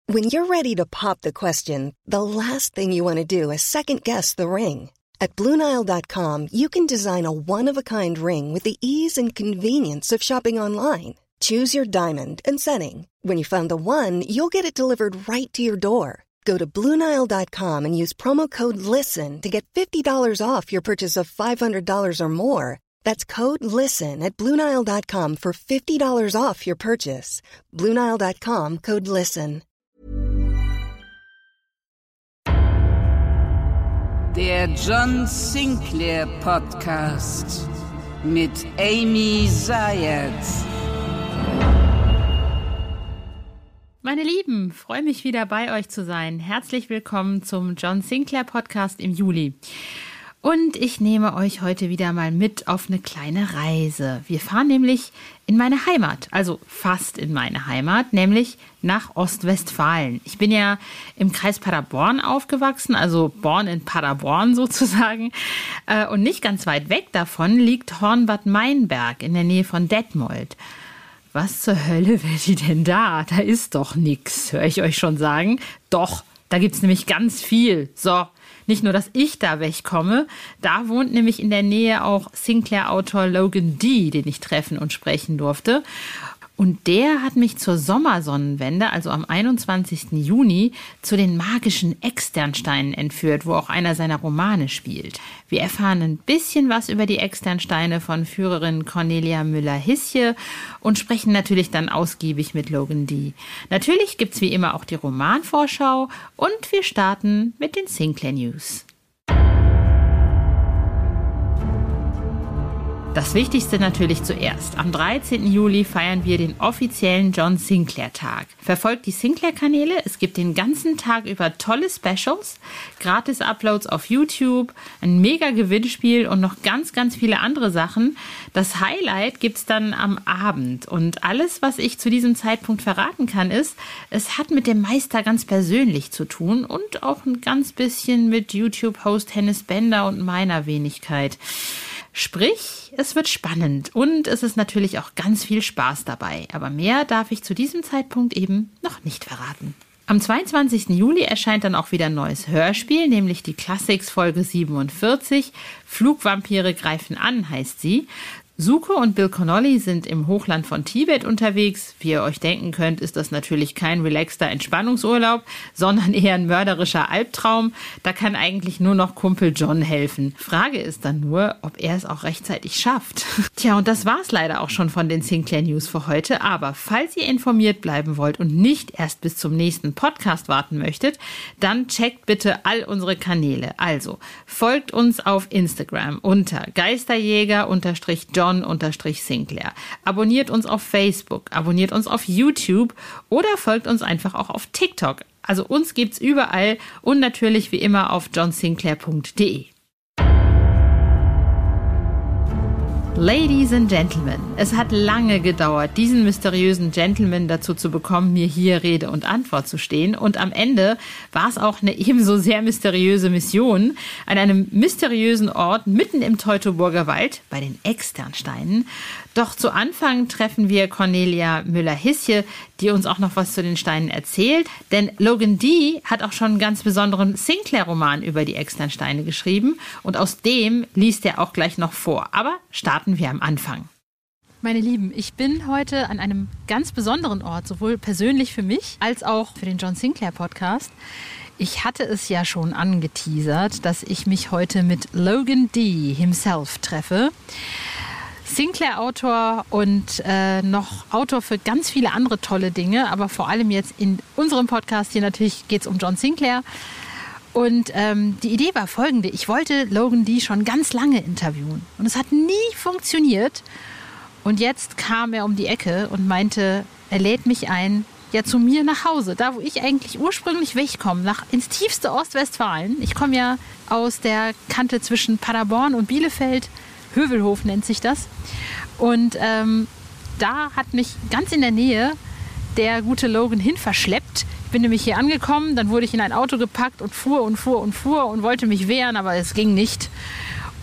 When you're ready to pop the question, the last thing you want to do is second-guess the ring. At BlueNile.com, you can design a one-of-a-kind ring with the ease and convenience of shopping online. Choose your diamond and setting. When you find the one, you'll get it delivered right to your door. Go to BlueNile.com and use promo code LISTEN to get $50 off your purchase of $500 or more. That's code LISTEN at BlueNile.com for $50 off your purchase. BlueNile.com, code LISTEN. Der John Sinclair Podcast mit Amy Zayed. Meine Lieben, freue mich wieder bei euch zu sein. Herzlich willkommen zum John Sinclair Podcast im Juli. Und ich nehme euch heute wieder mal mit auf eine kleine Reise. Wir fahren nämlich in meine Heimat, also fast in meine Heimat, nämlich nach Ostwestfalen. Ich bin ja im Kreis Paderborn aufgewachsen, also born in Paderborn sozusagen. Und nicht ganz weit weg davon liegt Hornbad Meinberg in der Nähe von Detmold. Was zur Hölle wäre die denn da? Da ist doch nix, höre ich euch schon sagen. Doch, da gibt's nämlich ganz viel. So, nicht nur, dass ich da wegkomme, da wohnt nämlich in der Nähe auch Sinclair-Autor Logan D., den ich treffen und sprechen durfte. Und der hat mich zur Sommersonnenwende, also am 21. Juni, zu den magischen Externsteinen entführt, wo auch einer seiner Romane spielt. Wir erfahren ein bisschen was über die Externsteine von Führerin Cornelia Müller-Hisje und sprechen natürlich dann ausgiebig mit Logan D. Natürlich gibt's wie immer auch die Romanvorschau und wir starten mit den Sinclair News. Das Wichtigste natürlich zuerst. Am 13. Juli feiern wir den offiziellen John Sinclair Tag. Verfolgt die Sinclair-Kanäle. Es gibt den ganzen Tag über tolle Specials, Gratis-Uploads auf YouTube, ein mega Gewinnspiel und noch ganz, ganz viele andere Sachen. Das Highlight gibt's dann am Abend. Und alles, was ich zu diesem Zeitpunkt verraten kann, ist, es hat mit dem Meister ganz persönlich zu tun und auch ein ganz bisschen mit YouTube-Host Hennes Bender und meiner Wenigkeit. Sprich, es wird spannend und es ist natürlich auch ganz viel Spaß dabei. Aber mehr darf ich zu diesem Zeitpunkt eben noch nicht verraten. Am 22. Juli erscheint dann auch wieder ein neues Hörspiel, nämlich die Classics Folge 47. Flugvampire greifen an, heißt sie. Suko und Bill Connolly sind im Hochland von Tibet unterwegs. Wie ihr euch denken könnt, ist das natürlich kein relaxter Entspannungsurlaub, sondern eher ein mörderischer Albtraum. Da kann eigentlich nur noch Kumpel John helfen. Frage ist dann nur, ob er es auch rechtzeitig schafft. Tja, und das war's leider auch schon von den Sinclair News für heute. Aber falls ihr informiert bleiben wollt und nicht erst bis zum nächsten Podcast warten möchtet, dann checkt bitte all unsere Kanäle. Also, folgt uns auf Instagram unter Geisterjäger_John Sinclair. Abonniert uns auf Facebook, abonniert uns auf YouTube oder folgt uns einfach auch auf TikTok. Also uns gibt's überall und natürlich wie immer auf johnsinclair.de. Ladies and Gentlemen, es hat lange gedauert, diesen mysteriösen Gentleman dazu zu bekommen, mir hier Rede und Antwort zu stehen. Und am Ende war es auch eine ebenso sehr mysteriöse Mission an einem mysteriösen Ort mitten im Teutoburger Wald bei den Externsteinen. Doch zu Anfang treffen wir Cornelia Müller-Hisje, die uns auch noch was zu den Steinen erzählt. Denn Logan D. hat auch schon einen ganz besonderen Sinclair-Roman über die Externsteine geschrieben. Und aus dem liest er auch gleich noch vor. Aber starten wir am Anfang. Meine Lieben, ich bin heute an einem ganz besonderen Ort, sowohl persönlich für mich als auch für den John Sinclair Podcast. Ich hatte es ja schon angeteasert, dass ich mich heute mit Logan D. himself treffe. Sinclair-Autor und noch Autor für ganz viele andere tolle Dinge, aber vor allem jetzt in unserem Podcast hier natürlich geht es um John Sinclair. Und die Idee war folgende: Ich wollte Logan D. schon ganz lange interviewen und es hat nie funktioniert. Und jetzt kam er um die Ecke und meinte, er lädt mich ein, ja zu mir nach Hause, da wo ich eigentlich ursprünglich wegkomme, ins tiefste Ostwestfalen. Ich komme ja aus der Kante zwischen Paderborn und Bielefeld, Hövelhof nennt sich das. Und da hat mich ganz in der Nähe der gute Logan hin verschleppt. Ich bin nämlich hier angekommen, dann wurde ich in ein Auto gepackt und fuhr und wollte mich wehren, aber es ging nicht.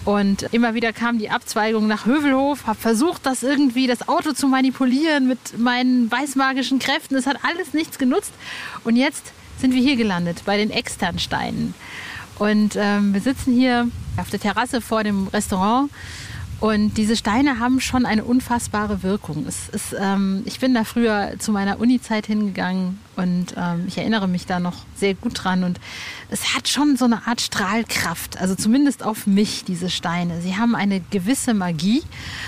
Und immer wieder kam die Abzweigung nach Hövelhof, habe versucht, das Auto zu manipulieren mit meinen weißmagischen Kräften. Es hat alles nichts genutzt. Und jetzt sind wir hier gelandet, bei den Externsteinen. Und wir sitzen hier auf der Terrasse vor dem Restaurant. Und diese Steine haben schon eine unfassbare Wirkung. Ich bin da früher zu meiner Uni-Zeit hingegangen und ich erinnere mich da noch sehr gut dran. Und es hat schon so eine Art Strahlkraft, also zumindest auf mich, diese Steine. Sie haben eine gewisse Magie.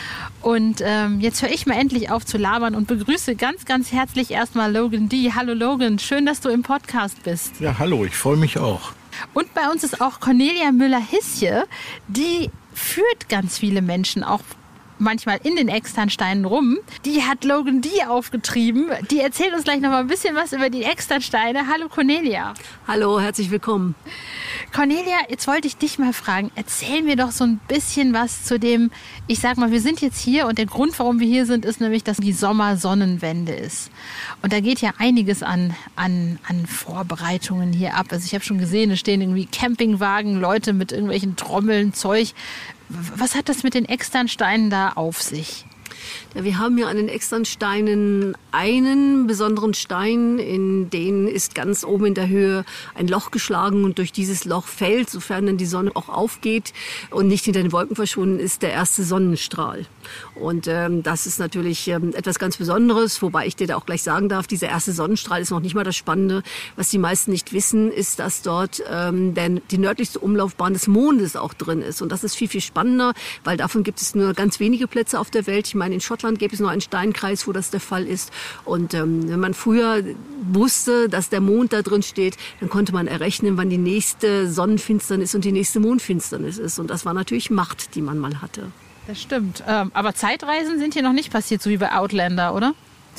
Und jetzt höre ich mal endlich auf zu labern und begrüße ganz, ganz herzlich erstmal Logan D. Hallo Logan, schön, dass du im Podcast bist. Ja, hallo, ich freue mich auch. Und bei uns ist auch Cornelia Müller-Hisje, die führt ganz viele Menschen auch manchmal in den Externsteinen rum. Die hat Logan D. aufgetrieben. Die erzählt uns gleich noch mal ein bisschen was über die Externsteine. Hallo Cornelia. Hallo, herzlich willkommen. Cornelia, jetzt wollte ich dich mal fragen, erzähl mir doch so ein bisschen was zu dem, ich sag mal, wir sind jetzt hier und der Grund, warum wir hier sind, ist nämlich, dass die Sommersonnenwende ist. Und da geht ja einiges an Vorbereitungen hier ab. Also ich habe schon gesehen, es stehen irgendwie Campingwagen, Leute mit irgendwelchen Trommeln, Zeug. Was hat das mit den Externsteinen da auf sich? Ja, wir haben hier an den Externsteinen einen besonderen Stein, in den ist ganz oben in der Höhe ein Loch geschlagen und durch dieses Loch fällt, sofern dann die Sonne auch aufgeht und nicht hinter den Wolken verschwunden ist, der erste Sonnenstrahl. Und das ist natürlich etwas ganz Besonderes, wobei ich dir da auch gleich sagen darf, dieser erste Sonnenstrahl ist noch nicht mal das Spannende. Was die meisten nicht wissen, ist, dass dort die nördlichste Umlaufbahn des Mondes auch drin ist. Und das ist viel, viel spannender, weil davon gibt es nur ganz wenige Plätze auf der Welt. Ich meine, in Schottland gäbe es nur einen Steinkreis, wo das der Fall ist. Und wenn man früher wusste, dass der Mond da drin steht, dann konnte man errechnen, wann die nächste Sonnenfinsternis und die nächste Mondfinsternis ist. Und das war natürlich Macht, die man mal hatte. Das stimmt. Aber Zeitreisen sind hier noch nicht passiert, so wie bei Outlander, oder?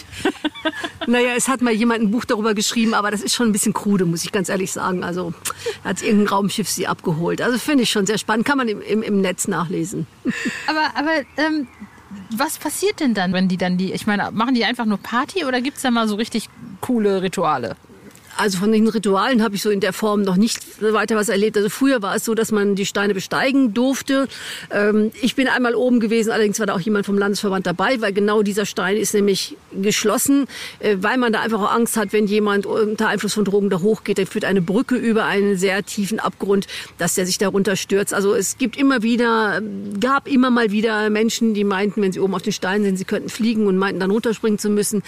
Naja, es hat mal jemand ein Buch darüber geschrieben, aber das ist schon ein bisschen krude, muss ich ganz ehrlich sagen. Also hat irgendein Raumschiff sie abgeholt. Also finde ich schon sehr spannend, kann man im Netz nachlesen. Aber was passiert denn dann, wenn ich meine, machen die einfach nur Party oder gibt es da mal so richtig coole Rituale? Also von den Ritualen habe ich so in der Form noch nicht weiter was erlebt. Also früher war es so, dass man die Steine besteigen durfte. Ich bin einmal oben gewesen, allerdings war da auch jemand vom Landesverband dabei, weil genau dieser Stein ist nämlich geschlossen, weil man da einfach auch Angst hat, wenn jemand unter Einfluss von Drogen da hochgeht, der führt eine Brücke über einen sehr tiefen Abgrund, dass der sich darunter stürzt. Also es gab immer mal wieder Menschen, die meinten, wenn sie oben auf den Steinen sind, sie könnten fliegen und meinten dann runterspringen zu müssen.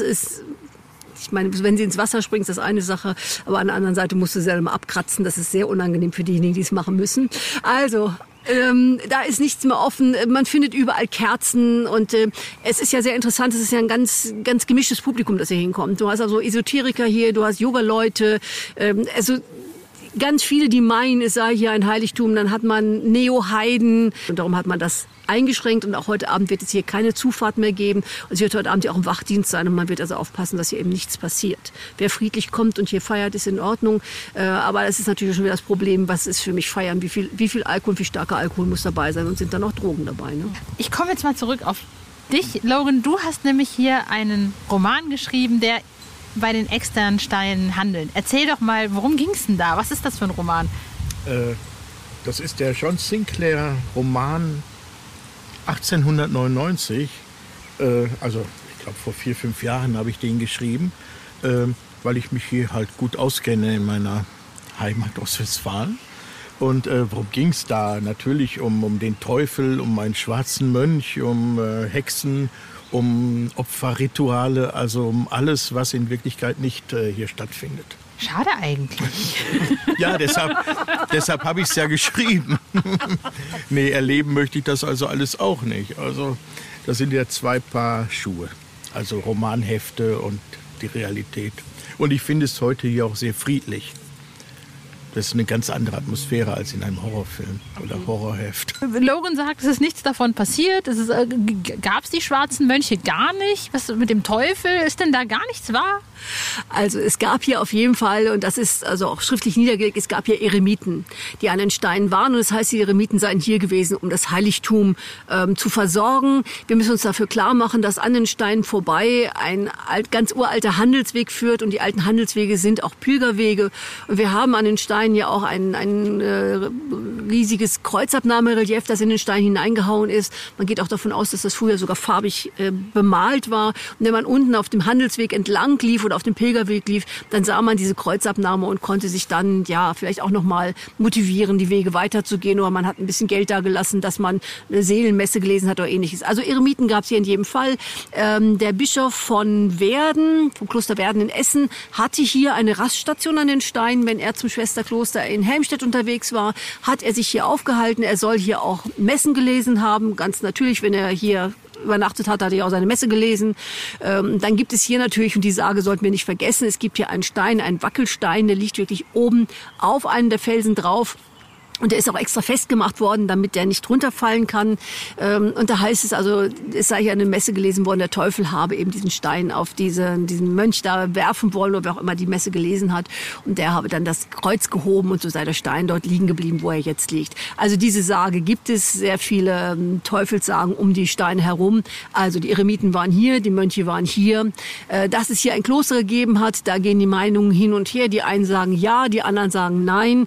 Ich meine, wenn sie ins Wasser springt, ist das eine Sache, aber an der anderen Seite musst du sie dann mal abkratzen. Das ist sehr unangenehm für diejenigen, die es machen müssen. Also, da ist nichts mehr offen. Man findet überall Kerzen und es ist ja sehr interessant. Es ist ja ein ganz, ganz gemischtes Publikum, das hier hinkommt. Du hast also Esoteriker hier, du hast Yoga-Leute, also ganz viele, die meinen, es sei hier ein Heiligtum. Dann hat man Neo-Heiden und darum hat man das eingeschränkt und auch heute Abend wird es hier keine Zufahrt mehr geben. Und es wird heute Abend ja auch im Wachdienst sein und man wird also aufpassen, dass hier eben nichts passiert. Wer friedlich kommt und hier feiert, ist in Ordnung. Aber das ist natürlich schon wieder das Problem, was ist für mich Feiern? Wie viel Alkohol, wie starker Alkohol muss dabei sein und sind da noch Drogen dabei? Ne? Ich komme jetzt mal zurück auf dich, Logan. Du hast nämlich hier einen Roman geschrieben, der bei den Externsteinen handelt. Erzähl doch mal, worum ging es denn da? Was ist das für ein Roman? Das ist der John Sinclair Roman 1899. Also ich glaube vor 4-5 Jahren habe ich den geschrieben, weil ich mich hier halt gut auskenne in meiner Heimat Ostwestfalen. Und worum ging es da? Natürlich um den Teufel, um einen schwarzen Mönch, um Hexen, um Opferrituale, also um alles, was in Wirklichkeit nicht hier stattfindet. Schade eigentlich. Ja, deshalb habe ich es ja geschrieben. Nee, erleben möchte ich das also alles auch nicht. Also das sind ja 2 Paar Schuhe. Also Romanhefte und die Realität. Und ich finde es heute hier auch sehr friedlich. Das ist eine ganz andere Atmosphäre als in einem Horrorfilm oder Horrorheft. Logan sagt, es ist nichts davon passiert. Gab es die schwarzen Mönche gar nicht? Was mit dem Teufel? Ist denn da gar nichts wahr? Also es gab hier auf jeden Fall, und das ist also auch schriftlich niedergelegt, es gab hier Eremiten, die an den Steinen waren. Und das heißt, die Eremiten seien hier gewesen, um das Heiligtum zu versorgen. Wir müssen uns dafür klar machen, dass an den Steinen vorbei ein ganz uralter Handelsweg führt. Und die alten Handelswege sind auch Pilgerwege. Und wir haben an den Steinen Stein ja auch ein riesiges Kreuzabnahmerelief, das in den Stein hineingehauen ist. Man geht auch davon aus, dass das früher sogar farbig bemalt war. Und wenn man unten auf dem Handelsweg entlang lief oder auf dem Pilgerweg lief, dann sah man diese Kreuzabnahme und konnte sich dann ja vielleicht auch nochmal motivieren, die Wege weiterzugehen. Oder man hat ein bisschen Geld da gelassen, dass man eine Seelenmesse gelesen hat oder ähnliches. Also Eremiten gab es hier in jedem Fall. Der Bischof von Werden, vom Kloster Werden in Essen, hatte hier eine Raststation an den Steinen. Wenn er zum Schwesterkloster in Helmstedt unterwegs war, hat er sich hier aufgehalten. Er soll hier auch Messen gelesen haben. Ganz natürlich, wenn er hier übernachtet hat er auch seine Messe gelesen. Dann gibt es hier natürlich, und die Sage sollten wir nicht vergessen, es gibt hier einen Stein, einen Wackelstein, der liegt wirklich oben auf einem der Felsen drauf. Und der ist auch extra festgemacht worden, damit der nicht runterfallen kann. Und da heißt es also, es sei hier eine Messe gelesen worden, der Teufel habe eben diesen Stein auf diesen Mönch da werfen wollen, oder wer auch immer die Messe gelesen hat. Und der habe dann das Kreuz gehoben und so sei der Stein dort liegen geblieben, wo er jetzt liegt. Also diese Sage gibt es, sehr viele Teufelssagen um die Steine herum. Also die Eremiten waren hier, die Mönche waren hier. Dass es hier ein Kloster gegeben hat, da gehen die Meinungen hin und her. Die einen sagen ja, die anderen sagen nein.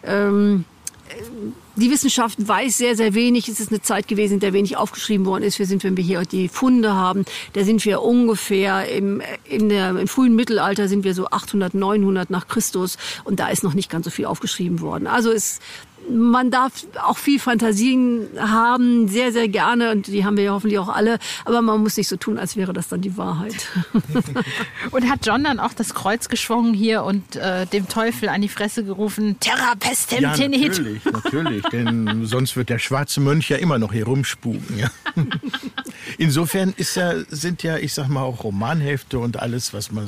Die Wissenschaft weiß sehr, sehr wenig. Es ist eine Zeit gewesen, in der wenig aufgeschrieben worden ist. Wenn wir hier die Funde haben, da sind wir ungefähr im frühen Mittelalter sind wir so 800, 900 nach Christus. Und da ist noch nicht ganz so viel aufgeschrieben worden. Also man darf auch viel Fantasien haben, sehr, sehr gerne. Und die haben wir ja hoffentlich auch alle. Aber man muss nicht so tun, als wäre das dann die Wahrheit. Und hat John dann auch das Kreuz geschwungen hier und dem Teufel an die Fresse gerufen, Terra pestem tenit? Ja, natürlich. Denn sonst wird der schwarze Mönch ja immer noch hier rumspuken. Ja. Insofern sind ja, ich sag mal, auch Romanhefte und alles, was man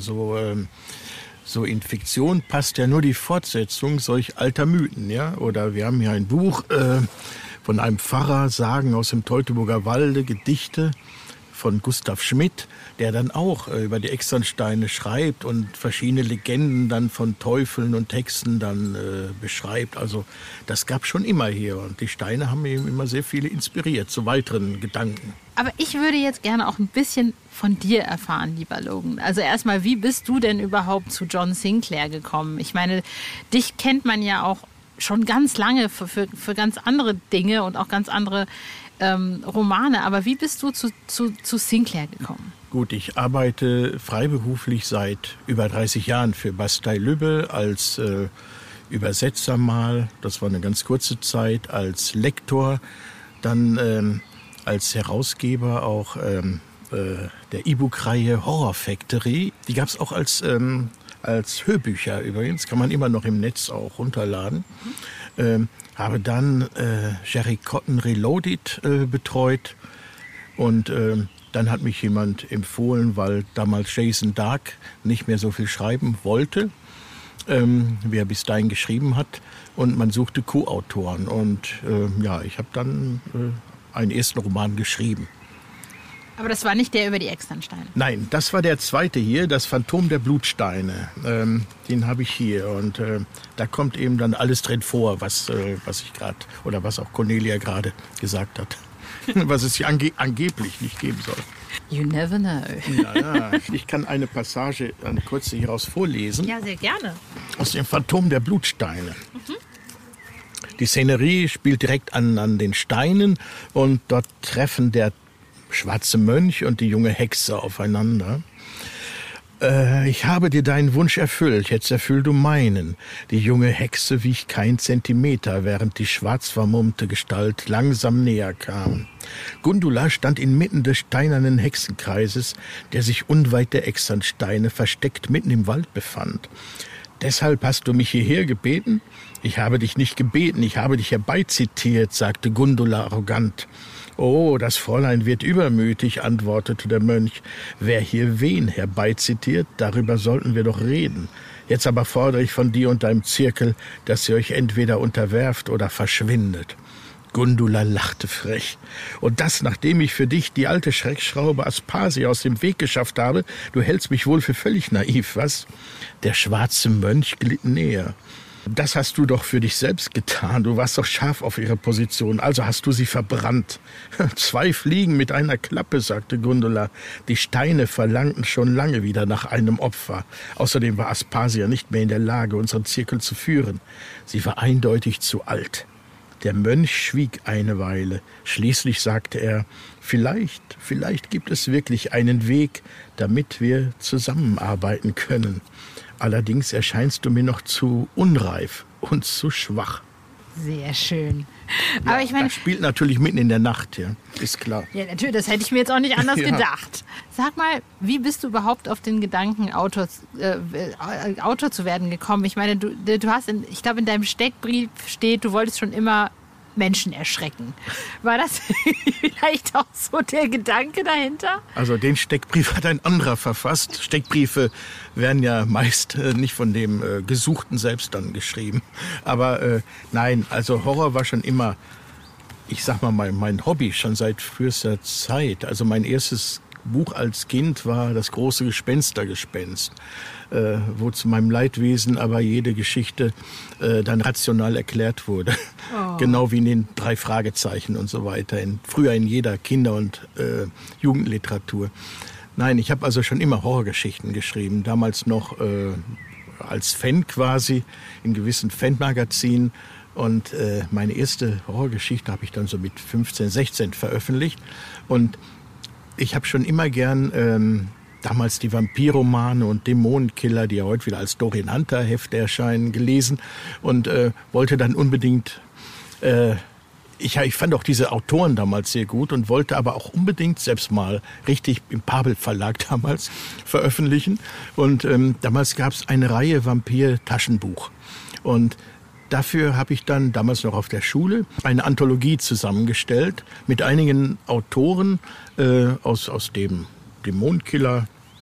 so in Fiktion passt, ja nur die Fortsetzung solch alter Mythen, ja. Oder wir haben hier ein Buch von einem Pfarrer, Sagen aus dem Teutoburger Walde, Gedichte von Gustav Schmidt, der dann auch über die Externsteine schreibt und verschiedene Legenden dann von Teufeln und Hexen dann beschreibt. Also das gab schon immer hier und die Steine haben eben immer sehr viele inspiriert zu weiteren Gedanken. Aber ich würde jetzt gerne auch ein bisschen von dir erfahren, lieber Logan. Also erstmal, wie bist du denn überhaupt zu John Sinclair gekommen? Ich meine, dich kennt man ja auch schon ganz lange für ganz andere Dinge und auch ganz andere Romane. Aber wie bist du zu Sinclair gekommen? Gut, ich arbeite freiberuflich seit über 30 Jahren für Bastei-Lübbe als Übersetzer mal. Das war eine ganz kurze Zeit, als Lektor, dann als Herausgeber auch der E-Book-Reihe Horror Factory. Die gab es auch als Hörbücher übrigens, kann man immer noch im Netz auch runterladen. Habe dann Jerry Cotton Reloaded betreut und dann hat mich jemand empfohlen, weil damals Jason Dark nicht mehr so viel schreiben wollte, wie er bis dahin geschrieben hat, und man suchte Co-Autoren und ich habe dann einen ersten Roman geschrieben. Aber das war nicht der über die Externsteine? Nein, das war der zweite hier, das Phantom der Blutsteine. Den habe ich hier und da kommt eben dann alles drin vor, was ich gerade oder was auch Cornelia gerade gesagt hat, was es hier angeblich nicht geben soll. You never know. Ja, ich kann eine Passage, eine kurze hieraus vorlesen. Ja, sehr gerne. Aus dem Phantom der Blutsteine. Die Szenerie spielt direkt an den Steinen und dort treffen der schwarze Mönch und die junge Hexe aufeinander. Ich habe dir deinen Wunsch erfüllt, jetzt erfüll du meinen. Die junge Hexe wich kein Zentimeter, während die schwarz vermummte Gestalt langsam näher kam. Gundula stand inmitten des steinernen Hexenkreises, der sich unweit der Externsteine versteckt mitten im Wald befand. Deshalb hast du mich hierher gebeten? Ich habe dich nicht gebeten, ich habe dich herbeizitiert, sagte Gundula arrogant. Oh, das Fräulein wird übermütig, antwortete der Mönch. Wer hier wen herbeizitiert, darüber sollten wir doch reden. Jetzt aber fordere ich von dir und deinem Zirkel, dass ihr euch entweder unterwerft oder verschwindet. Gundula lachte frech. Und das, nachdem ich für dich die alte Schreckschraube Aspasia aus dem Weg geschafft habe? Du hältst mich wohl für völlig naiv, was? Der schwarze Mönch glitt näher. das hast du doch für dich selbst getan. Du warst doch scharf auf ihre Position, also hast du sie verbrannt. 2 Fliegen mit einer Klappe, sagte Gundula. Die Steine verlangten schon lange wieder nach einem Opfer. Außerdem war Aspasia nicht mehr in der Lage, unseren Zirkel zu führen. Sie war eindeutig zu alt. Der Mönch schwieg eine Weile. Schließlich sagte er, vielleicht gibt es wirklich einen Weg, damit wir zusammenarbeiten können. Allerdings erscheinst du mir noch zu unreif und zu schwach. Sehr schön. Ja, aber ich meine, das spielt natürlich mitten in der Nacht, ja, ist klar. Ja, natürlich, das hätte ich mir jetzt auch nicht anders gedacht. Sag mal, wie bist du überhaupt auf den Gedanken, Autor zu werden gekommen? Ich meine, du hast, ich glaube, in deinem Steckbrief steht, du wolltest schon immer Menschen erschrecken. War das vielleicht auch so der Gedanke dahinter? Also den Steckbrief hat ein anderer verfasst. Steckbriefe werden ja meist nicht von dem Gesuchten selbst dann geschrieben. Aber nein, also Horror war schon immer, ich sag mal, mein Hobby, schon seit frühester Zeit. Also mein erstes Buch als Kind war das große Gespenstergespenst, wo zu meinem Leidwesen aber jede Geschichte dann rational erklärt wurde. Oh. Genau wie in den 3 Fragezeichen und so weiter, früher in jeder Kinder- und Jugendliteratur. Nein, ich habe also schon immer Horrorgeschichten geschrieben, damals noch als Fan quasi, in gewissen Fanmagazinen. Und meine erste Horrorgeschichte habe ich dann so mit 15, 16 veröffentlicht. Und ich habe schon immer gern damals die Vampirromane und Dämonenkiller, die ja heute wieder als Dorian Hunter Hefte erscheinen, gelesen und wollte dann unbedingt, ich fand auch diese Autoren damals sehr gut und wollte aber auch unbedingt selbst mal richtig im Pabel Verlag damals veröffentlichen. Und damals gab es eine Reihe Vampir-Taschenbuch. Und dafür habe ich dann damals noch auf der Schule eine Anthologie zusammengestellt mit einigen Autoren aus dem Dämonenkiller.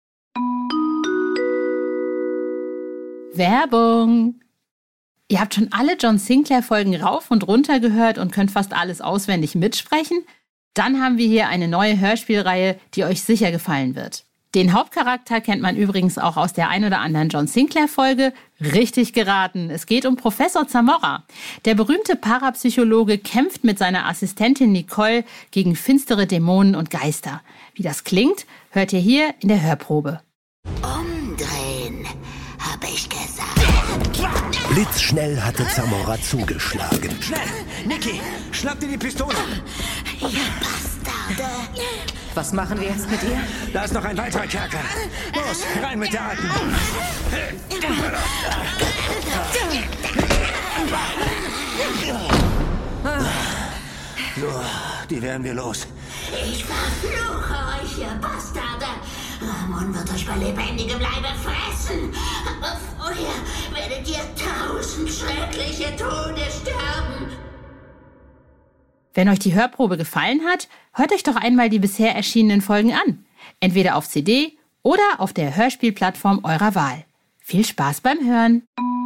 Werbung! Ihr habt schon alle John Sinclair-Folgen rauf und runter gehört und könnt fast alles auswendig mitsprechen? Dann haben wir hier eine neue Hörspielreihe, die euch sicher gefallen wird. Den Hauptcharakter kennt man übrigens auch aus der ein oder anderen John Sinclair-Folge. Richtig geraten, es geht um Professor Zamora. Der berühmte Parapsychologe kämpft mit seiner Assistentin Nicole gegen finstere Dämonen und Geister. Wie das klingt, hört ihr hier in der Hörprobe. Umdrehen, hab ich gesagt. Blitzschnell hatte Zamora zugeschlagen. Schnell, Niki, schnapp dir die Pistole. Ihr Bastarde. Was machen wir jetzt mit ihr? Da ist noch ein weiterer Kerker. Los, rein mit der Alten. So, die werden wir los. Ich verfluche euch, ihr Bastarde. Ramon wird euch bei lebendigem Leibe fressen. Aber vorher werdet ihr 1000 schreckliche Tode sterben. Wenn euch die Hörprobe gefallen hat, hört euch doch einmal die bisher erschienenen Folgen an. Entweder auf CD oder auf der Hörspielplattform eurer Wahl. Viel Spaß beim Hören.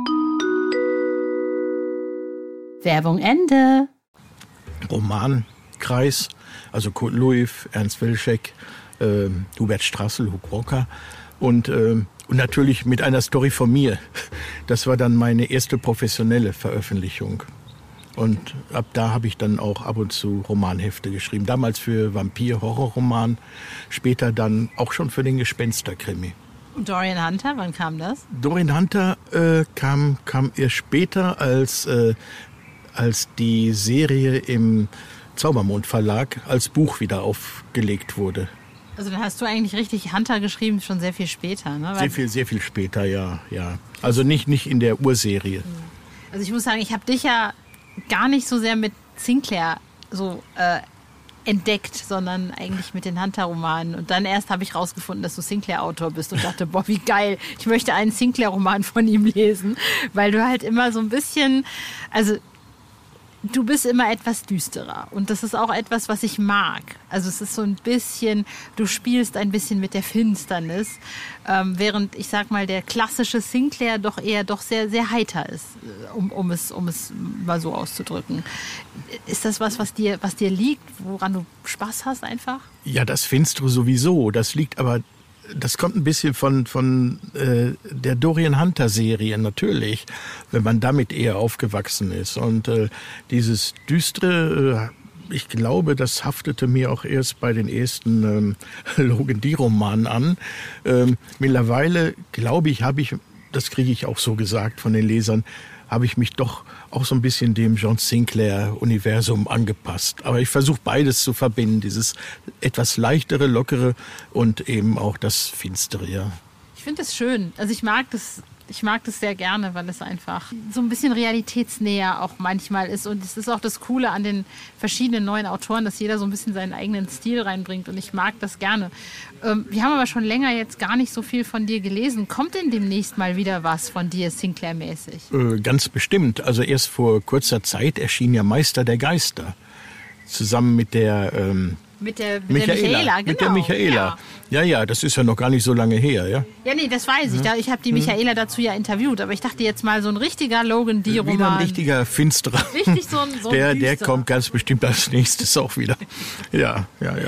Werbung Ende. Romankreis, also Kurt Luif, Ernst Wilczek, Hubert Strassel, Hugh Walker und natürlich mit einer Story von mir. Das war dann meine erste professionelle Veröffentlichung. Und ab da habe ich dann auch ab und zu Romanhefte geschrieben. Damals für Vampir-Horrorroman, später dann auch schon für den Gespensterkrimi. Und Dorian Hunter, wann kam das? Dorian Hunter kam erst später, als die Serie im Zaubermond Verlag als Buch wieder aufgelegt wurde. Also dann hast du eigentlich richtig Hunter geschrieben, schon sehr viel später, ne? Sehr viel später, ja. Also nicht in der Urserie. Also ich muss sagen, ich habe dich ja gar nicht so sehr mit Sinclair so entdeckt, sondern eigentlich mit den Hunter-Romanen. Und dann erst habe ich rausgefunden, dass du Sinclair-Autor bist und dachte, boah, wie geil, ich möchte einen Sinclair-Roman von ihm lesen, weil du halt immer so ein bisschen, also du bist immer etwas düsterer und das ist auch etwas, was ich mag. Also es ist so ein bisschen, du spielst ein bisschen mit der Finsternis, während ich sag mal, der klassische Sinclair doch sehr, sehr heiter ist, um es mal so auszudrücken. Ist das was dir liegt, woran du Spaß hast einfach? Ja, das Finstere sowieso. Das liegt aber das kommt ein bisschen von der Dorian Hunter-Serie natürlich, wenn man damit eher aufgewachsen ist. Und dieses Düstere, ich glaube, das haftete mir auch erst bei den ersten Logan Dee-Romanen an. Mittlerweile, glaube ich, das kriege ich auch so gesagt von den Lesern, habe ich mich doch auch so ein bisschen dem John Sinclair-Universum angepasst. Aber ich versuche beides zu verbinden, dieses etwas leichtere, lockere und eben auch das Finstere. Ja. Ich finde das schön. Also ich mag das sehr gerne, weil es einfach so ein bisschen realitätsnäher auch manchmal ist. Und es ist auch das Coole an den verschiedenen neuen Autoren, dass jeder so ein bisschen seinen eigenen Stil reinbringt. Und ich mag das gerne. Wir haben aber schon länger jetzt gar nicht so viel von dir gelesen. Kommt denn demnächst mal wieder was von dir Sinclair-mäßig? Ganz bestimmt. Also erst vor kurzer Zeit erschien ja Meister der Geister. Zusammen mit der... Mit der Michaela, genau. Mit der Michaela. Ja, das ist ja noch gar nicht so lange her, ja? Ja, nee, das weiß ich. Ich habe die Michaela dazu ja interviewt. Aber ich dachte jetzt mal, so ein richtiger Logan Dee-Roman. Wieder ein richtiger Finsterer. Richtig so ein Der kommt ganz bestimmt als nächstes auch wieder. Ja.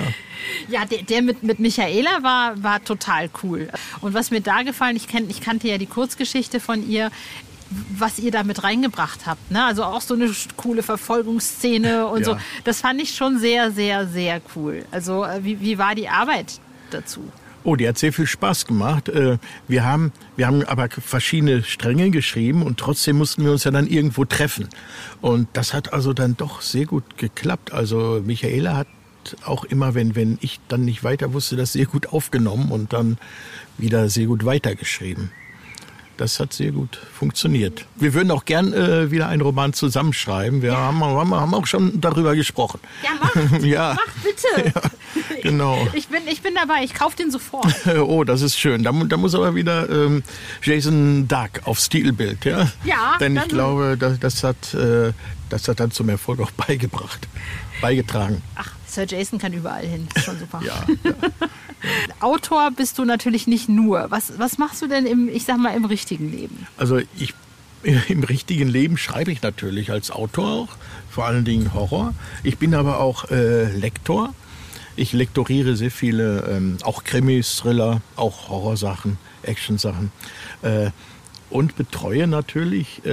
Ja, der mit Michaela war total cool. Und was mir da gefallen, ich kannte ja die Kurzgeschichte von ihr, was ihr da mit reingebracht habt. Ne? Also auch so eine coole Verfolgungsszene und so. Das fand ich schon sehr, sehr, sehr cool. Also wie war die Arbeit dazu? Oh, die hat sehr viel Spaß gemacht. Wir haben aber verschiedene Stränge geschrieben und trotzdem mussten wir uns ja dann irgendwo treffen. Und das hat also dann doch sehr gut geklappt. Also Michaela hat auch immer, wenn ich dann nicht weiter wusste, das sehr gut aufgenommen und dann wieder sehr gut weitergeschrieben. Das hat sehr gut funktioniert. Wir würden auch gern wieder einen Roman zusammenschreiben. Wir haben auch schon darüber gesprochen. Ja, mach bitte. Ja, genau. Ich bin dabei, ich kaufe den sofort. Oh, das ist schön. Da muss aber wieder Jason Dark aufs Titelbild. Ja? Ja. Denn ich glaube, das hat dann zum Erfolg auch beigetragen. Ach, Sir Jason kann überall hin. Das ist schon super. Ja. Autor bist du natürlich nicht nur. Was machst du denn im richtigen Leben? Also im richtigen Leben schreibe ich natürlich als Autor auch, vor allen Dingen Horror. Ich bin aber auch Lektor. Ich lektoriere sehr viele, auch Krimis, Thriller, auch Horrorsachen, Actionsachen und betreue natürlich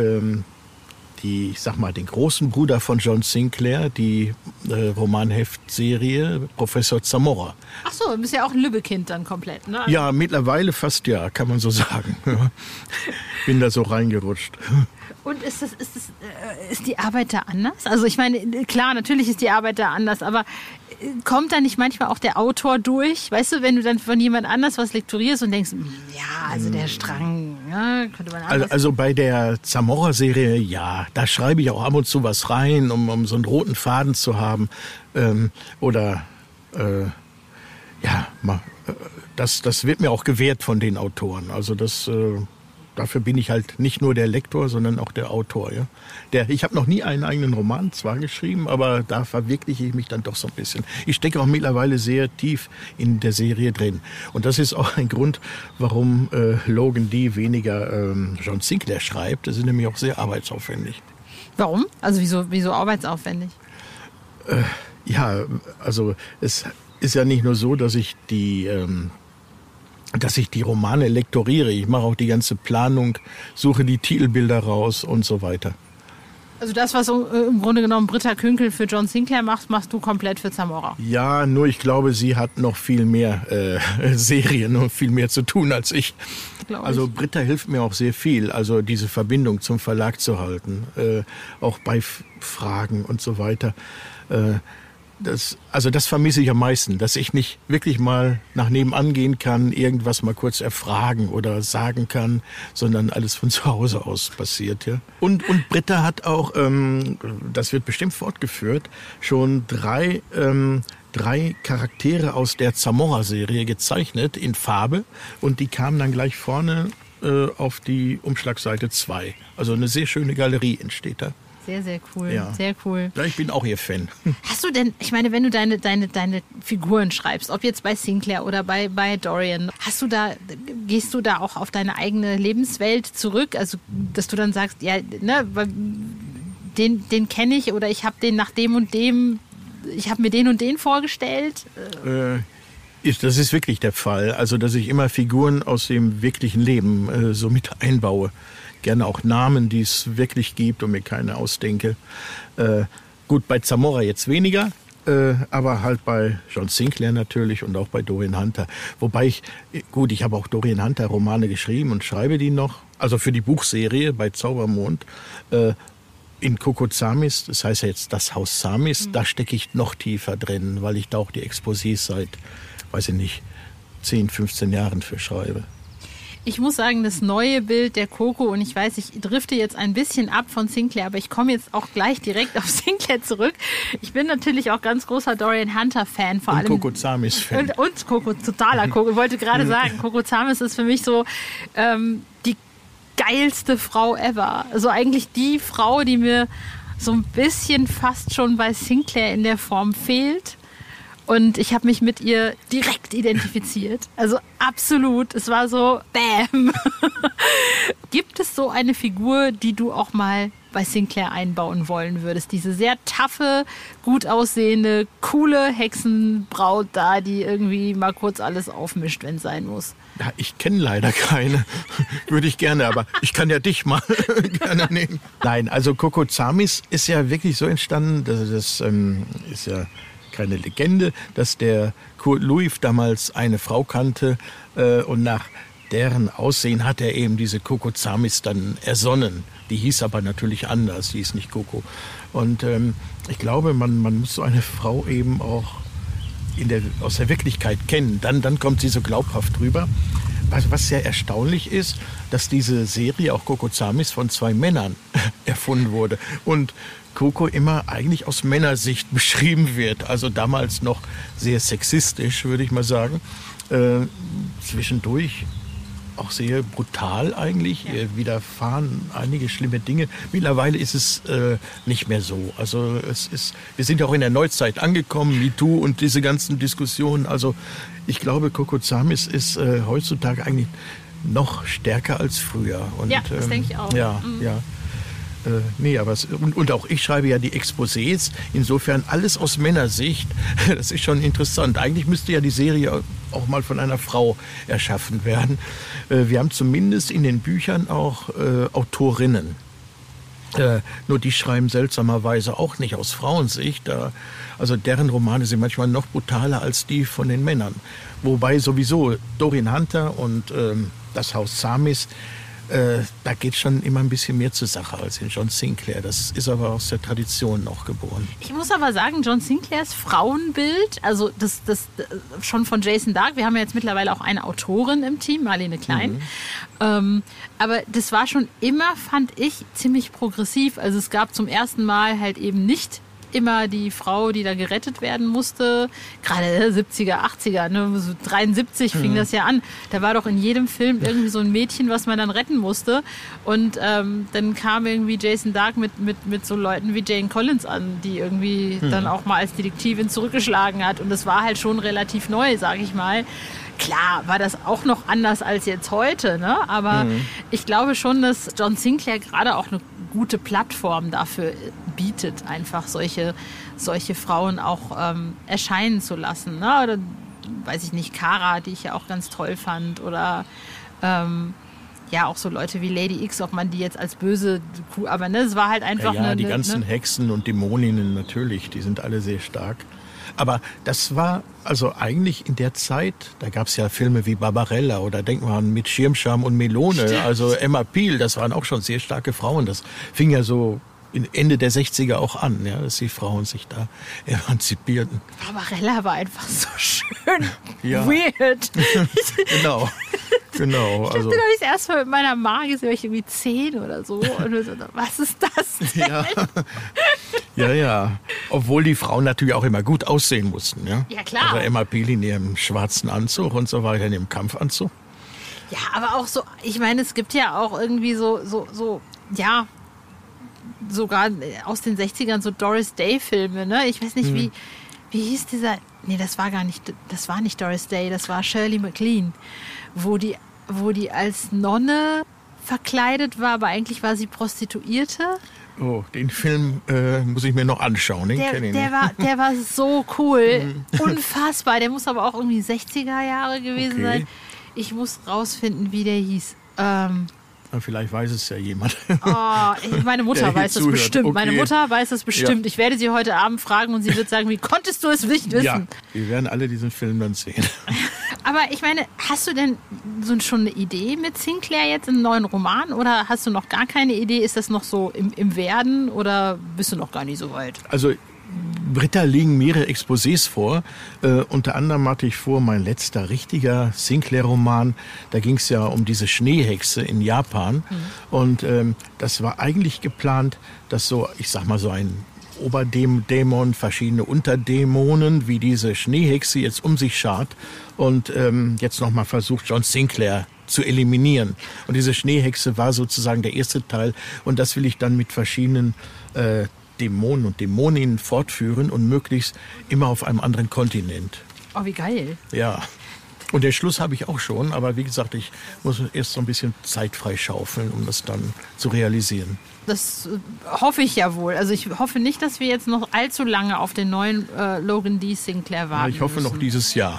den großen Bruder von John Sinclair, die Romanheftserie Professor Zamora. Ach so, du bist ja auch ein Lübbekind dann komplett, ne? Ja, mittlerweile fast ja, kann man so sagen. Bin da so reingerutscht. Und ist die Arbeit da anders? Also ich meine, klar, natürlich ist die Arbeit da anders, aber kommt da nicht manchmal auch der Autor durch? Weißt du, wenn du dann von jemand anders was lektorierst und denkst, ja, also der Strang, ja, könnte man anders. Also bei der Zamora-Serie, ja, da schreibe ich auch ab und zu was rein, um so einen roten Faden zu haben. Das wird mir auch gewährt von den Autoren. Also dafür bin ich halt nicht nur der Lektor, sondern auch der Autor. Ja? Ich habe noch nie einen eigenen Roman zwar geschrieben, aber da verwirkliche ich mich dann doch so ein bisschen. Ich stecke auch mittlerweile sehr tief in der Serie drin. Und das ist auch ein Grund, warum Logan Dee weniger John Sinclair schreibt. Das ist nämlich auch sehr arbeitsaufwendig. Warum? Also wieso arbeitsaufwendig? Also es ist ja nicht nur so, dass ich die Romane lektoriere. Ich mache auch die ganze Planung, suche die Titelbilder raus und so weiter. Also das, was im Grunde genommen Britta Künkel für John Sinclair macht, machst du komplett für Zamora? Ja, nur ich glaube, sie hat noch viel mehr Serien und viel mehr zu tun als ich. Also Britta hilft mir auch sehr viel, also diese Verbindung zum Verlag zu halten, auch bei Fragen und so weiter. Das vermisse ich am meisten, dass ich nicht wirklich mal nach nebenan gehen kann, irgendwas mal kurz erfragen oder sagen kann, sondern alles von zu Hause aus passiert. Ja. Und Britta hat auch, das wird bestimmt fortgeführt, schon drei Charaktere aus der Zamora-Serie gezeichnet in Farbe und die kamen dann gleich vorne auf die Umschlagseite 2. Also eine sehr schöne Galerie entsteht da. Sehr, sehr cool. Ja. Sehr cool. Ja, ich bin auch ihr Fan. Hast du denn, ich meine, wenn du deine Figuren schreibst, ob jetzt bei Sinclair oder bei Dorian, gehst du da auch auf deine eigene Lebenswelt zurück? Also, dass du dann sagst, ja, ne, den kenne ich oder ich habe den nach dem und dem, ich habe mir den und den vorgestellt? Das ist wirklich der Fall. Also, dass ich immer Figuren aus dem wirklichen Leben so mit einbaue. Gerne auch Namen, die es wirklich gibt und mir keine ausdenke. Gut, bei Zamora jetzt weniger, aber halt bei John Sinclair natürlich und auch bei Dorian Hunter. Wobei ich habe auch Dorian Hunter Romane geschrieben und schreibe die noch. Also für die Buchserie bei Zaubermond. In Kokozamis, das heißt ja jetzt das Haus Samis, da stecke ich noch tiefer drin, weil ich da auch die Exposés seit, weiß ich nicht, 10, 15 Jahren für schreibe. Ich muss sagen, das neue Bild der Coco, und ich weiß, ich drifte jetzt ein bisschen ab von Sinclair, aber ich komme jetzt auch gleich direkt auf Sinclair zurück. Ich bin natürlich auch ganz großer Dorian Hunter-Fan, vor allem. Und Kokozamis-Fan. Und Coco, totaler Coco. Ich wollte gerade sagen, Kokozamis ist für mich so die geilste Frau ever. Also eigentlich die Frau, die mir so ein bisschen fast schon bei Sinclair in der Form fehlt. Und ich habe mich mit ihr direkt identifiziert. Also absolut. Es war so, bam. Gibt es so eine Figur, die du auch mal bei Sinclair einbauen wollen würdest? Diese sehr taffe, gut aussehende, coole Hexenbraut da, die irgendwie mal kurz alles aufmischt, wenn es sein muss. Ja, ich kenne leider keine. Würde ich gerne, aber ich kann ja dich mal gerne nehmen. Nein, also Kokozamis ist ja wirklich so entstanden, das ist ja keine Legende, dass der Kurt Louis damals eine Frau kannte und nach deren Aussehen hat er eben diese Kokozamis dann ersonnen. Die hieß aber natürlich anders, die hieß nicht Coco. Und ich glaube, man muss so eine Frau eben auch aus der Wirklichkeit kennen. Dann kommt sie so glaubhaft rüber. Was sehr erstaunlich ist, dass diese Serie, auch Kokozamis, von 2 Männern erfunden wurde. Und Coco immer eigentlich aus Männersicht beschrieben wird. Also damals noch sehr sexistisch, würde ich mal sagen. Zwischendurch auch sehr brutal eigentlich. Ihr widerfahren einige schlimme Dinge. Mittlerweile ist es nicht mehr so. Also wir sind ja auch in der Neuzeit angekommen, MeToo und diese ganzen Diskussionen. Also ich glaube, Kokozamis ist heutzutage eigentlich noch stärker als früher. Und, ja, das denke ich auch. Ja. Und auch ich schreibe ja die Exposés, insofern alles aus Männersicht, das ist schon interessant. Eigentlich müsste ja die Serie auch mal von einer Frau erschaffen werden. Wir haben zumindest in den Büchern auch Autorinnen. Nur die schreiben seltsamerweise auch nicht aus Frauensicht. Also deren Romane sind manchmal noch brutaler als die von den Männern. Wobei sowieso Dorian Hunter und das Haus Samis, da geht schon immer ein bisschen mehr zur Sache als in John Sinclair. Das ist aber aus der Tradition noch geboren. Ich muss aber sagen, John Sinclairs Frauenbild, also das schon von Jason Dark, wir haben ja jetzt mittlerweile auch eine Autorin im Team, Marlene Klein, aber das war schon immer, fand ich, ziemlich progressiv. Also es gab zum ersten Mal halt eben nicht immer die Frau, die da gerettet werden musste. Gerade 70er, 80er, ne? So 73 fing das ja an. Da war doch in jedem Film irgendwie so ein Mädchen, was man dann retten musste. Und dann kam irgendwie Jason Dark mit so Leuten wie Jane Collins an, die irgendwie dann auch mal als Detektivin zurückgeschlagen hat. Und das war halt schon relativ neu, sag ich mal. Klar war das auch noch anders als jetzt heute, ne? Aber ich glaube schon, dass John Sinclair gerade auch eine gute Plattform dafür bietet, einfach solche Frauen auch erscheinen zu lassen. Ne? Oder, weiß ich nicht, Kara, die ich ja auch ganz toll fand. Oder auch so Leute wie Lady X, ob man die jetzt als böse, aber ne, es war halt einfach die ganzen Hexen und Dämoninnen natürlich, die sind alle sehr stark. Aber das war also eigentlich in der Zeit, da gab es ja Filme wie Barbarella oder denkt man mit Schirmscham und Melone, Stimmt. Also Emma Peel, das waren auch schon sehr starke Frauen. Das fing ja so Ende der 60er auch an, ja, dass die Frauen sich da emanzipierten. Barbarella war einfach so schön weird. Genau. Ich habe den das erst mal mit meiner Mama gesehen, ich irgendwie 10 oder so. Und so, was ist das denn? Ja. Obwohl die Frauen natürlich auch immer gut aussehen mussten. Ja, klar. Also Emma Peel in ihrem schwarzen Anzug und so weiter, in ihrem Kampfanzug. Ja, aber auch so, ich meine, es gibt ja auch irgendwie so sogar aus den 60ern so Doris Day-Filme, ne? Ich weiß nicht, wie hieß dieser... Nee, das war nicht Doris Day, das war Shirley MacLaine, wo die als Nonne verkleidet war, aber eigentlich war sie Prostituierte. Oh, den Film muss ich mir noch anschauen. Den kenne ich nicht. Der war so cool. Unfassbar. Der muss aber auch irgendwie 60er Jahre gewesen sein. Ich muss rausfinden, wie der hieß. Vielleicht weiß es ja jemand. Meine Mutter weiß das bestimmt. Okay. Meine Mutter weiß das bestimmt. Ja. Ich werde sie heute Abend fragen und sie wird sagen, wie konntest du es nicht wissen? Ja, wir werden alle diesen Film dann sehen. Aber ich meine, hast du denn schon eine Idee mit Sinclair jetzt, einen neuen Roman? Oder hast du noch gar keine Idee? Ist das noch so im Werden oder bist du noch gar nicht so weit? Also Britta liegen mehrere Exposés vor. Unter anderem hatte ich vor, mein letzter richtiger Sinclair-Roman. Da ging es ja um diese Schneehexe in Japan. Und das war eigentlich geplant, dass so, ich sag mal, so ein Oberdämon, verschiedene Unterdämonen, wie diese Schneehexe jetzt um sich schart und jetzt nochmal versucht, John Sinclair zu eliminieren. Und diese Schneehexe war sozusagen der erste Teil. Und das will ich dann mit verschiedenen Dämonen und Dämoninnen fortführen und möglichst immer auf einem anderen Kontinent. Oh, wie geil. Ja. Und den Schluss habe ich auch schon, aber wie gesagt, ich muss erst so ein bisschen Zeit freischaufeln, um das dann zu realisieren. Das hoffe ich ja wohl. Also ich hoffe nicht, dass wir jetzt noch allzu lange auf den neuen Logan D. Sinclair warten Ich hoffe müssen. noch dieses Jahr.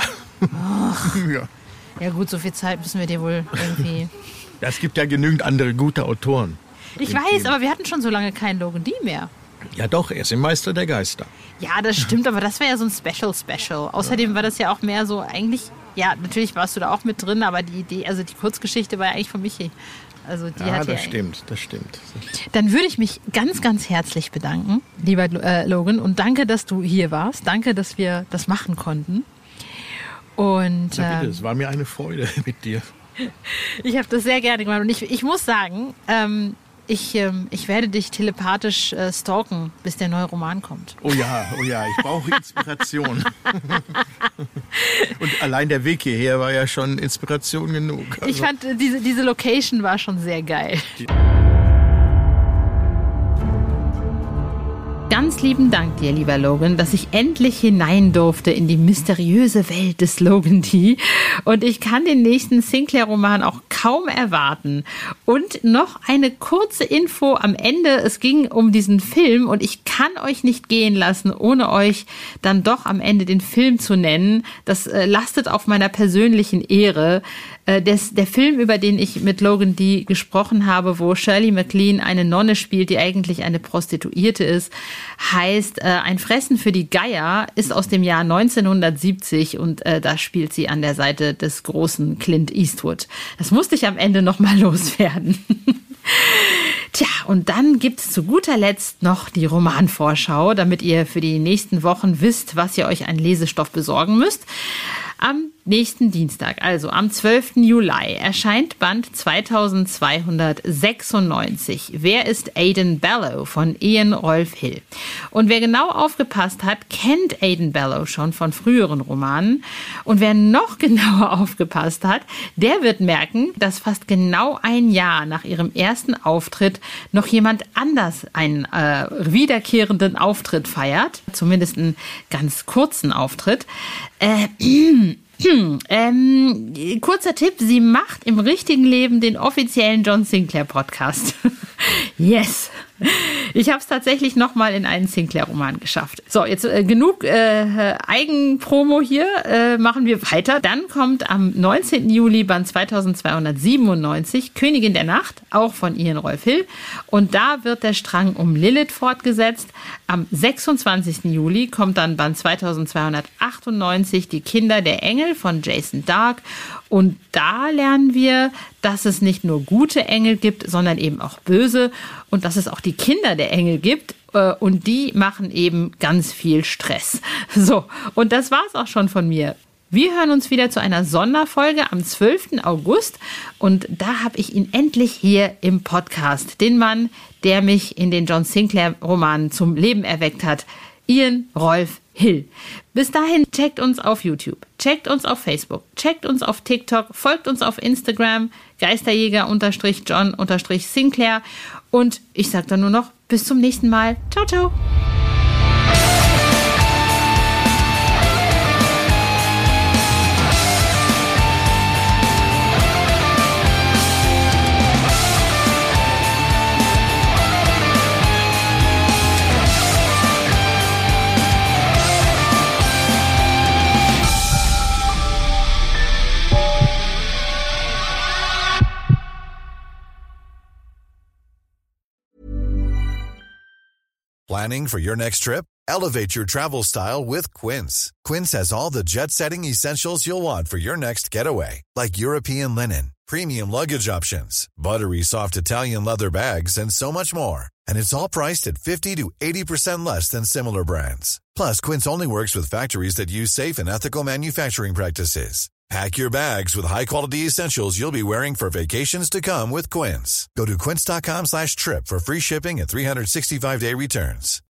Ja gut, so viel Zeit müssen wir dir wohl irgendwie... Ja, es gibt ja genügend andere gute Autoren. Ich weiß, aber wir hatten schon so lange keinen Logan D. mehr. Ja doch, er ist im Meister der Geister. Ja, das stimmt, aber das wäre ja so ein Special. Außerdem war das ja auch mehr so eigentlich, ja, natürlich warst du da auch mit drin, aber die Idee, also die Kurzgeschichte war ja eigentlich von Michi. Also die hat das stimmt. Dann würde ich mich ganz, ganz herzlich bedanken, lieber Logan, und danke, dass du hier warst. Danke, dass wir das machen konnten. Und Na bitte, es war mir eine Freude mit dir. Ich habe das sehr gerne gemacht und ich muss sagen, ich werde dich telepathisch stalken, bis der neue Roman kommt. Oh ja, ich brauche Inspiration. Und allein der Weg hierher war ja schon Inspiration genug. Also ich fand, diese Location war schon sehr geil. Ganz lieben Dank dir, lieber Logan, dass ich endlich hinein durfte in die mysteriöse Welt des Logan D. Und ich kann den nächsten Sinclair-Roman auch kaum erwarten. Und noch eine kurze Info am Ende. Es ging um diesen Film und ich kann euch nicht gehen lassen, ohne euch dann doch am Ende den Film zu nennen. Das lastet auf meiner persönlichen Ehre. Der Film, über den ich mit Logan D. gesprochen habe, wo Shirley MacLaine eine Nonne spielt, die eigentlich eine Prostituierte ist, heißt Ein Fressen für die Geier, ist aus dem Jahr 1970 und da spielt sie an der Seite des großen Clint Eastwood. Das musste ich am Ende nochmal loswerden. Tja, und dann gibt's zu guter Letzt noch die Romanvorschau, damit ihr für die nächsten Wochen wisst, was ihr euch an Lesestoff besorgen müsst. Am nächsten Dienstag, also am 12. Juli, erscheint Band 2296. Wer ist Aidan Bellow von Ian Rolf Hill? Und wer genau aufgepasst hat, kennt Aidan Bellow schon von früheren Romanen. Und wer noch genauer aufgepasst hat, der wird merken, dass fast genau ein Jahr nach ihrem ersten Auftritt noch jemand anders einen wiederkehrenden Auftritt feiert. Zumindest einen ganz kurzen Auftritt. Kurzer Tipp, sie macht im richtigen Leben den offiziellen John Sinclair Podcast. Yes! Ich habe es tatsächlich nochmal in einen Sinclair-Roman geschafft. So, jetzt genug Eigenpromo hier. Machen wir weiter. Dann kommt am 19. Juli Band 2297 Königin der Nacht, auch von Ian Rolf Hill. Und da wird der Strang um Lilith fortgesetzt. Am 26. Juli kommt dann Band 2298 Die Kinder der Engel von Jason Dark. Und da lernen wir, dass es nicht nur gute Engel gibt, sondern eben auch böse. Und dass es auch die Kinder der Engel gibt. Und die machen eben ganz viel Stress. So, und das war's auch schon von mir. Wir hören uns wieder zu einer Sonderfolge am 12. August. Und da habe ich ihn endlich hier im Podcast. Den Mann, der mich in den John Sinclair-Romanen zum Leben erweckt hat. Ian Rolf Hill. Bis dahin, checkt uns auf YouTube, checkt uns auf Facebook, checkt uns auf TikTok, folgt uns auf Instagram, Geisterjäger_John_Sinclair. Und ich sage dann nur noch, bis zum nächsten Mal. Ciao, ciao. Planning for your next trip? Elevate your travel style with Quince. Quince has all the jet-setting essentials you'll want for your next getaway, like European linen, premium luggage options, buttery soft Italian leather bags, and so much more. And it's all priced at 50 to 80% less than similar brands. Plus, Quince only works with factories that use safe and ethical manufacturing practices. Pack your bags with high-quality essentials you'll be wearing for vacations to come with Quince. Go to quince.com/trip for free shipping and 365-day returns.